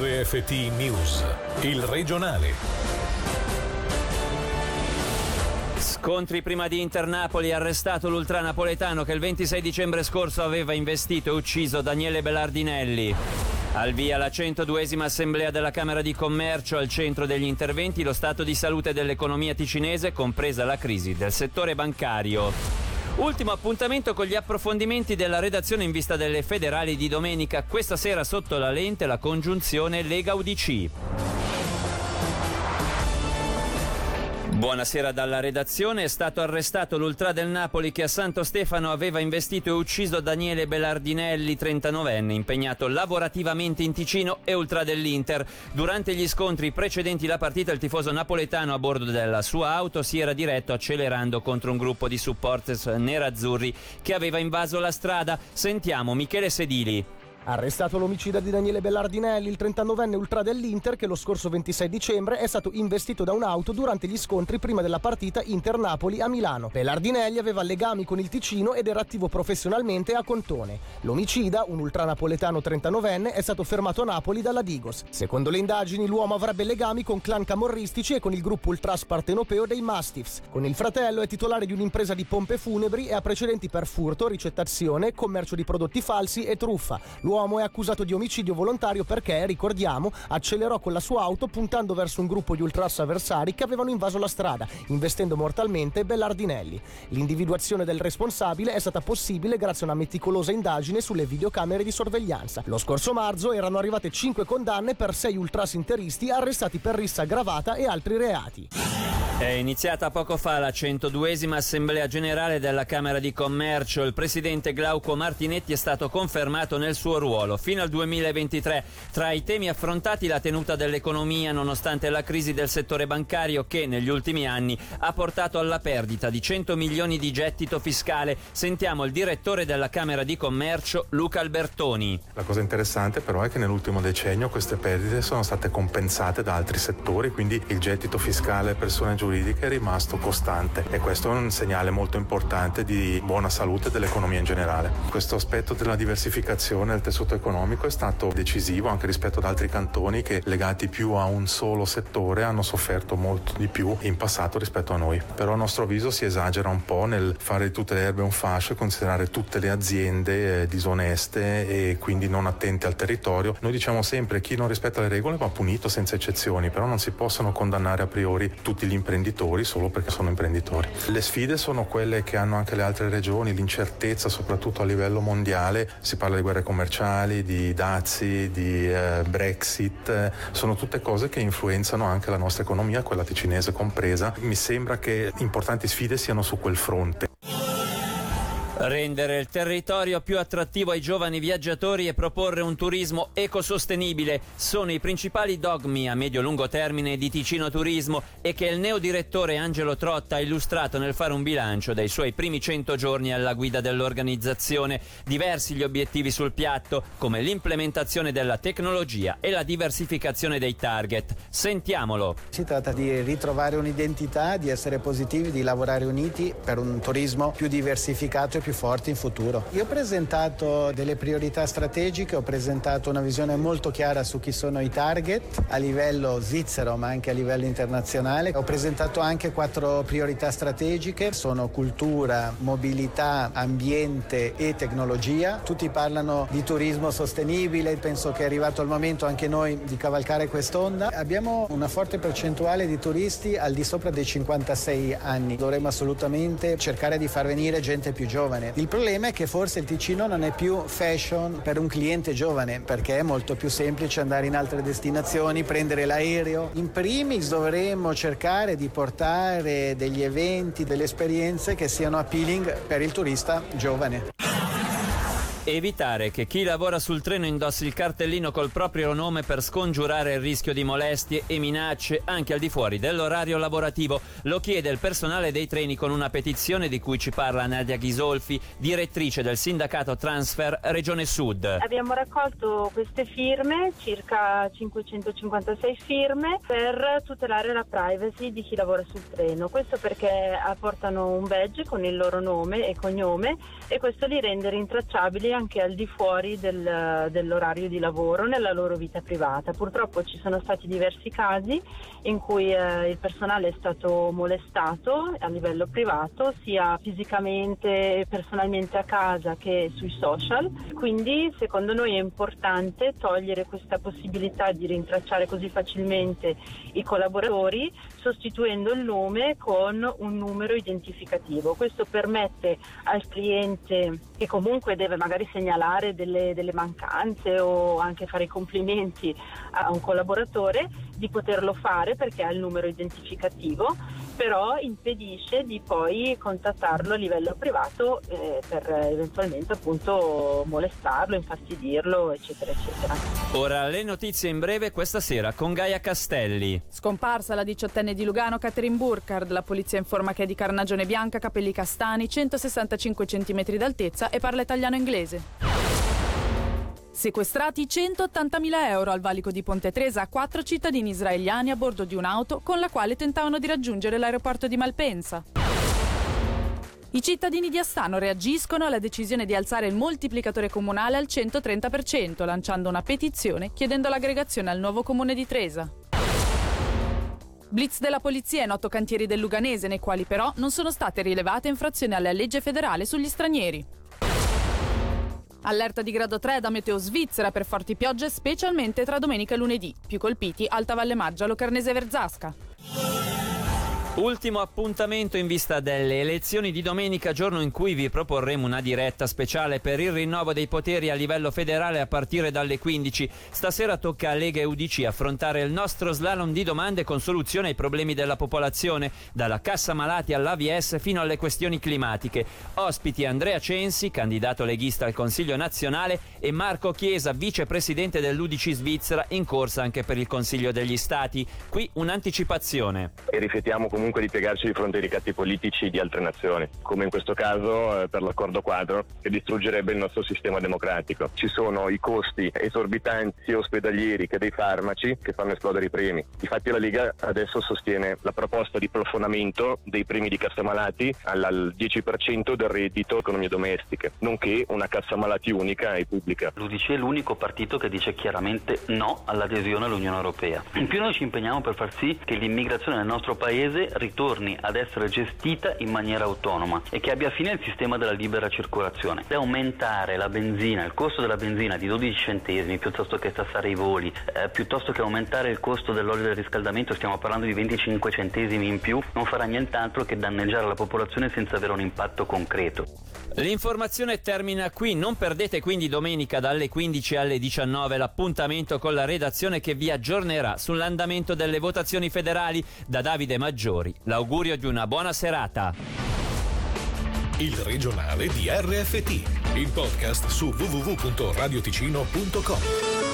RFT News, il regionale. Scontri prima di Inter-Napoli, arrestato l'ultranapoletano che il 26 dicembre scorso aveva investito e ucciso Daniele Belardinelli. Al via la 102esima assemblea della Camera di Commercio, al centro degli interventi lo stato di salute dell'economia ticinese, compresa la crisi del settore bancario. Ultimo appuntamento con gli approfondimenti della redazione in vista delle federali di domenica. Questa sera sotto la lente la congiunzione Lega-UDC. Buonasera dalla redazione. È stato arrestato l'ultra del Napoli che a Santo Stefano aveva investito e ucciso Daniele Belardinelli, 39enne, impegnato lavorativamente in Ticino e ultra dell'Inter. Durante gli scontri precedenti la partita, il tifoso napoletano a bordo della sua auto si era diretto accelerando contro un gruppo di supporters nerazzurri che aveva invaso la strada. Sentiamo Michele Sedili. Arrestato l'omicida di Daniele Belardinelli, il 39enne ultra dell'Inter che lo scorso 26 dicembre è stato investito da un'auto durante gli scontri prima della partita Inter-Napoli a Milano. Belardinelli aveva legami con il Ticino ed era attivo professionalmente a Contone. L'omicida, un ultranapoletano 39enne, è stato fermato a Napoli dalla Digos. Secondo le indagini l'uomo avrebbe legami con clan camorristici e con il gruppo ultras partenopeo dei Mastiffs. Con il fratello è titolare di un'impresa di pompe funebri e ha precedenti per furto, ricettazione, commercio di prodotti falsi e truffa. L'uomo è accusato di omicidio volontario perché, ricordiamo, accelerò con la sua auto puntando verso un gruppo di ultras avversari che avevano invaso la strada, investendo mortalmente Belardinelli. L'individuazione del responsabile è stata possibile grazie a una meticolosa indagine sulle videocamere di sorveglianza. Lo scorso marzo erano arrivate 5 condanne per 6 ultras interisti arrestati per rissa aggravata e altri reati. È iniziata poco fa la 102esima assemblea generale della Camera di Commercio. Il presidente Glauco Martinetti è stato confermato nel suo ruolo fino al 2023. Tra i temi affrontati la tenuta dell'economia nonostante la crisi del settore bancario che negli ultimi anni ha portato alla perdita di 100 milioni di gettito fiscale. Sentiamo il direttore della Camera di Commercio Luca Albertoni. La cosa interessante però è che nell'ultimo decennio queste perdite sono state compensate da altri settori, quindi il gettito fiscale persone giuridiche è rimasto costante e questo è un segnale molto importante di buona salute dell'economia in generale. Questo aspetto della diversificazione del tessuto economico è stato decisivo anche rispetto ad altri cantoni che, legati più a un solo settore, hanno sofferto molto di più in passato rispetto a noi. Però a nostro avviso si esagera un po' nel fare di tutte le erbe un fascio e considerare tutte le aziende disoneste e quindi non attente al territorio. Noi diciamo sempre chi non rispetta le regole va punito senza eccezioni, però non si possono condannare a priori tutti gli imprenditori solo perché sono imprenditori. Le sfide sono quelle che hanno anche le altre regioni, l'incertezza soprattutto a livello mondiale, si parla di guerre commerciali, di dazi, di Brexit, sono tutte cose che influenzano anche la nostra economia, quella ticinese compresa. Mi sembra che importanti sfide siano su quel fronte. Rendere il territorio più attrattivo ai giovani viaggiatori e proporre un turismo ecosostenibile sono i principali dogmi a medio-lungo termine di Ticino Turismo e che il neodirettore Angelo Trotta ha illustrato nel fare un bilancio dei suoi primi 100 giorni alla guida dell'organizzazione. Diversi gli obiettivi sul piatto, come l'implementazione della tecnologia e la diversificazione dei target. Sentiamolo. Si tratta di ritrovare un'identità, di essere positivi, di lavorare uniti per un turismo più diversificato e più forti in futuro. Io ho presentato delle priorità strategiche, ho presentato una visione molto chiara su chi sono i target a livello svizzero ma anche a livello internazionale. Ho presentato anche 4 priorità strategiche, sono cultura, mobilità, ambiente e tecnologia. Tutti parlano di turismo sostenibile, penso che è arrivato il momento anche noi di cavalcare quest'onda. Abbiamo una forte percentuale di turisti al di sopra dei 56 anni, dovremmo assolutamente cercare di far venire gente più giovane. Il problema è che forse il Ticino non è più fashion per un cliente giovane, perché è molto più semplice andare in altre destinazioni, prendere l'aereo. In primis dovremmo cercare di portare degli eventi, delle esperienze che siano appealing per il turista giovane. Evitare che chi lavora sul treno indossi il cartellino col proprio nome per scongiurare il rischio di molestie e minacce anche al di fuori dell'orario lavorativo. Lo chiede il personale dei treni con una petizione di cui ci parla Nadia Ghisolfi, direttrice del sindacato Transfer Regione Sud. Abbiamo raccolto queste firme, circa 556 firme, per tutelare la privacy di chi lavora sul treno. Questo perché portano un badge con il loro nome e cognome e questo li rende rintracciabili anche al di fuori dell'orario di lavoro nella loro vita privata. Purtroppo ci sono stati diversi casi in cui il personale è stato molestato a livello privato, sia fisicamente e personalmente a casa che sui social. Quindi secondo noi è importante togliere questa possibilità di rintracciare così facilmente i collaboratori, sostituendo il nome con un numero identificativo. Questo permette al cliente, che comunque deve magari segnalare delle mancanze o anche fare i complimenti a un collaboratore, di poterlo fare perché ha il numero identificativo, però impedisce di poi contattarlo a livello privato per eventualmente appunto molestarlo, infastidirlo, eccetera eccetera. Ora le notizie in breve questa sera con Gaia Castelli. Scomparsa la 18enne di Lugano Catherine Burkhardt, la polizia informa che è di carnagione bianca, capelli castani, 165 cm d'altezza e parla italiano e inglese. Sequestrati 180.000 euro al valico di Ponte Tresa a 4 cittadini israeliani a bordo di un'auto con la quale tentavano di raggiungere l'aeroporto di Malpensa. I cittadini di Astano reagiscono alla decisione di alzare il moltiplicatore comunale al 130%, lanciando una petizione chiedendo l'aggregazione al nuovo comune di Tresa. Blitz della polizia in 8 cantieri del Luganese, nei quali però non sono state rilevate infrazioni alla legge federale sugli stranieri. Allerta di grado 3 da Meteo Svizzera per forti piogge, specialmente tra domenica e lunedì. Più colpiti Alta Valle Maggia, Locarnese e Verzasca. Ultimo appuntamento in vista delle elezioni di domenica, giorno in cui vi proporremo una diretta speciale per il rinnovo dei poteri a livello federale a partire dalle 15. Stasera tocca a Lega e UDC affrontare il nostro slalom di domande con soluzione ai problemi della popolazione, dalla cassa malati all'AVS fino alle questioni climatiche. Ospiti Andrea Censi, candidato leghista al Consiglio nazionale, e Marco Chiesa, vicepresidente dell'UDC Svizzera, in corsa anche per il Consiglio degli Stati. Qui un'anticipazione. E riflettiamo comunque di piegarci di fronte ai ricatti politici di altre nazioni, come in questo caso per l'accordo quadro, che distruggerebbe il nostro sistema democratico. Ci sono i costi esorbitanti sia ospedalieri che dei farmaci che fanno esplodere i premi. Infatti la Lega adesso sostiene la proposta di plafonamento dei premi di cassa malati al 10% del reddito economie domestiche, nonché una cassa malati unica e pubblica. L'UDC è l'unico partito che dice chiaramente no all'adesione all'Unione Europea. In più noi ci impegniamo per far sì che l'immigrazione nel nostro paese ritorni ad essere gestita in maniera autonoma e che abbia fine il sistema della libera circolazione. E aumentare la benzina, il costo della benzina di 12 centesimi piuttosto che tassare i voli, piuttosto che aumentare il costo dell'olio del riscaldamento, stiamo parlando di 25 centesimi in più, non farà nient'altro che danneggiare la popolazione senza avere un impatto concreto. L'informazione termina qui, non perdete quindi domenica dalle 15 alle 19 l'appuntamento con la redazione che vi aggiornerà sull'andamento delle votazioni federali. Da Davide Maggiori, l'augurio di una buona serata. Il regionale di RFT, il podcast su www.radioticino.com.